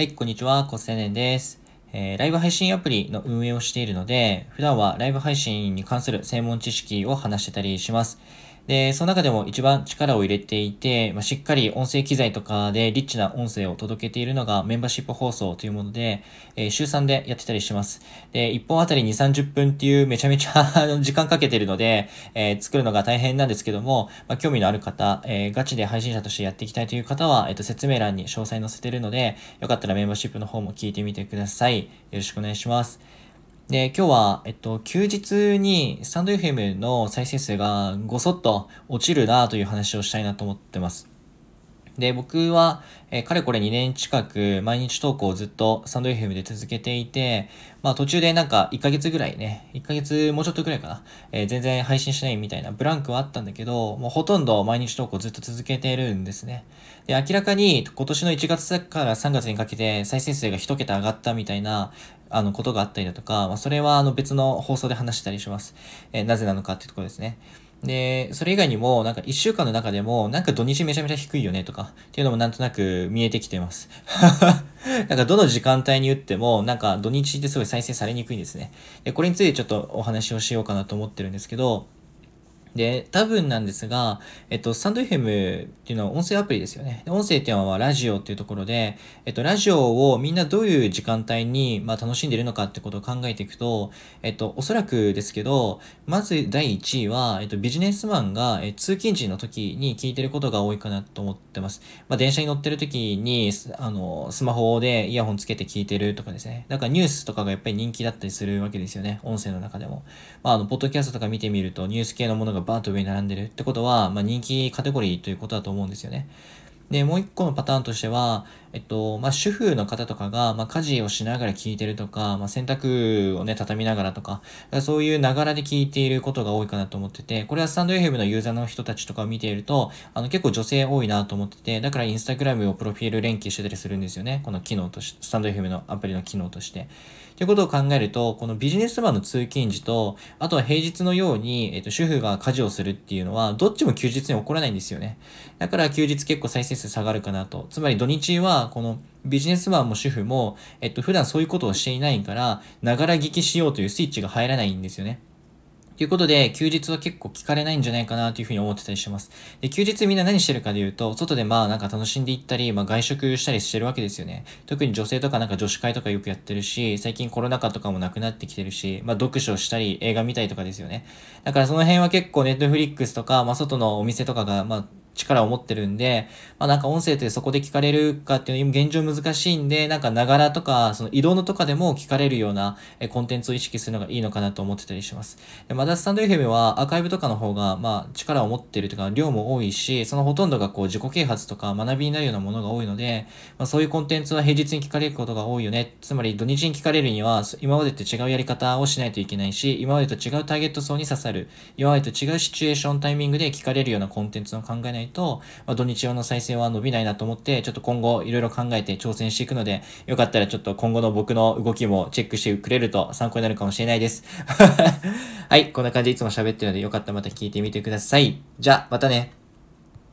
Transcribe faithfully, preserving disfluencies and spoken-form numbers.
はい、こんにちは、コス青年です。えー、ライブ配信アプリの運営をしているので、普段はライブ配信に関する専門知識を話してたりします。で、その中でも一番力を入れていて、まあ、しっかり音声機材とかでリッチな音声を届けているのがメンバーシップ放送というもので、えー、週さんでやってたりします。で、いっぽんあたりに、さんじゅっぷんっていうめちゃめちゃ時間かけてるので、えー、作るのが大変なんですけども、まあ、興味のある方、えー、ガチで配信者としてやっていきたいという方は、えっと、説明欄に詳細載せてるので、よかったらメンバーシップの方も聞いてみてください。よろしくお願いします。で、今日は、えっと、休日にスタンド エフエム の再生数がごそっと落ちるなという話をしたいなと思ってます。で、僕は、えー、かれこれにねん近く毎日投稿をずっとスタンド エフエム で続けていて、まあ途中でなんかいっかげつぐらいね、いっかげつもうちょっとぐらいかな、えー、全然配信しないみたいなブランクはあったんだけど、もうほとんど毎日投稿ずっと続けてるんですね。で、明らかに今年のいちがつからさんがつにかけて再生数が一桁上がったみたいな、あのことがあったりだとか、まあそれはあの別の放送で話したりします。えー、なぜなのかっていうところですね。で、それ以外にも、なんか一週間の中でも、なんか土日めちゃめちゃ低いよねとか、っていうのもなんとなく見えてきてます。なんかどの時間帯に打っても、なんか土日ってすごい再生されにくいんですね。で、これについてちょっとお話をしようかなと思ってるんですけど、で、多分なんですが、えっと、スタンド エフエム っていうのは音声アプリですよね。音声っていうのはラジオっていうところで、えっと、ラジオをみんなどういう時間帯に、まあ、楽しんでいるのかってことを考えていくと、えっと、おそらくですけど、まずだいいちいは、えっと、ビジネスマンが、え通勤時の時に聞いてることが多いかなと思ってます。まあ、電車に乗ってる時に、あの、スマホでイヤホンつけて聞いてるとかですね。だからニュースとかがやっぱり人気だったりするわけですよね。音声の中でも。まあ、あの、ポッドキャストとか見てみると、ニュース系のものがバーッと上に並んでるってことは、まあ、人気カテゴリーということだと思うんですよね。で、もう一個のパターンとしては、えっと、まあ、主婦の方とかが、まあ、家事をしながら聞いてるとか、まあ、洗濯をね、畳みながらとか、そういうながらで聞いていることが多いかなと思ってて、これはスタンド エフエム のユーザーの人たちとかを見ていると、あの、結構女性多いなと思ってて、だからインスタグラムをプロフィール連携してたりするんですよね。この機能として、スタンド エフエム のアプリの機能として。ということを考えると、このビジネスマンの通勤時と、あとは平日のように、えっと、主婦が家事をするっていうのは、どっちも休日に起こらないんですよね。だから休日結構再生数下がるかなと。つまり土日は、このビジネスマンも主婦も、えっと、普段そういうことをしていないから、ながら聞きしようというスイッチが入らないんですよね。ということで、休日は結構聞かれないんじゃないかなというふうに思ってたりします。で、休日みんな何してるかで言うと、外でまあなんか楽しんでいったり、まあ外食したりしてるわけですよね。特に女性とかなんか女子会とかよくやってるし、最近コロナ禍とかもなくなってきてるし、まあ読書したり映画見たりとかですよね。だからその辺は結構ネットフリックスとか、まあ外のお店とかが、まあ力を持ってるんで、まあなんか音声ってそこで聞かれるかっていうの現状難しいんで、なんかながらとか、その移動のとかでも聞かれるようなコンテンツを意識するのがいいのかなと思ってたりします。でまだスタンド エフエム はアーカイブとかの方が、まあ力を持ってるというか量も多いし、そのほとんどがこう自己啓発とか学びになるようなものが多いので、まあそういうコンテンツは平日に聞かれることが多いよね。つまり土日に聞かれるには、今までと違うやり方をしないといけないし、今までと違うターゲット層に刺さる、今までと違うシチュエーションタイミングで聞かれるようなコンテンツを考えないと、まあ土日用の再生は伸びないなと思って、ちょっと今後いろいろ考えて挑戦していくので、よかったらちょっと今後の僕の動きもチェックしてくれると参考になるかもしれないです。はい、こんな感じでいつも喋ってるのでよかったらまた聞いてみてください。じゃあ、またね。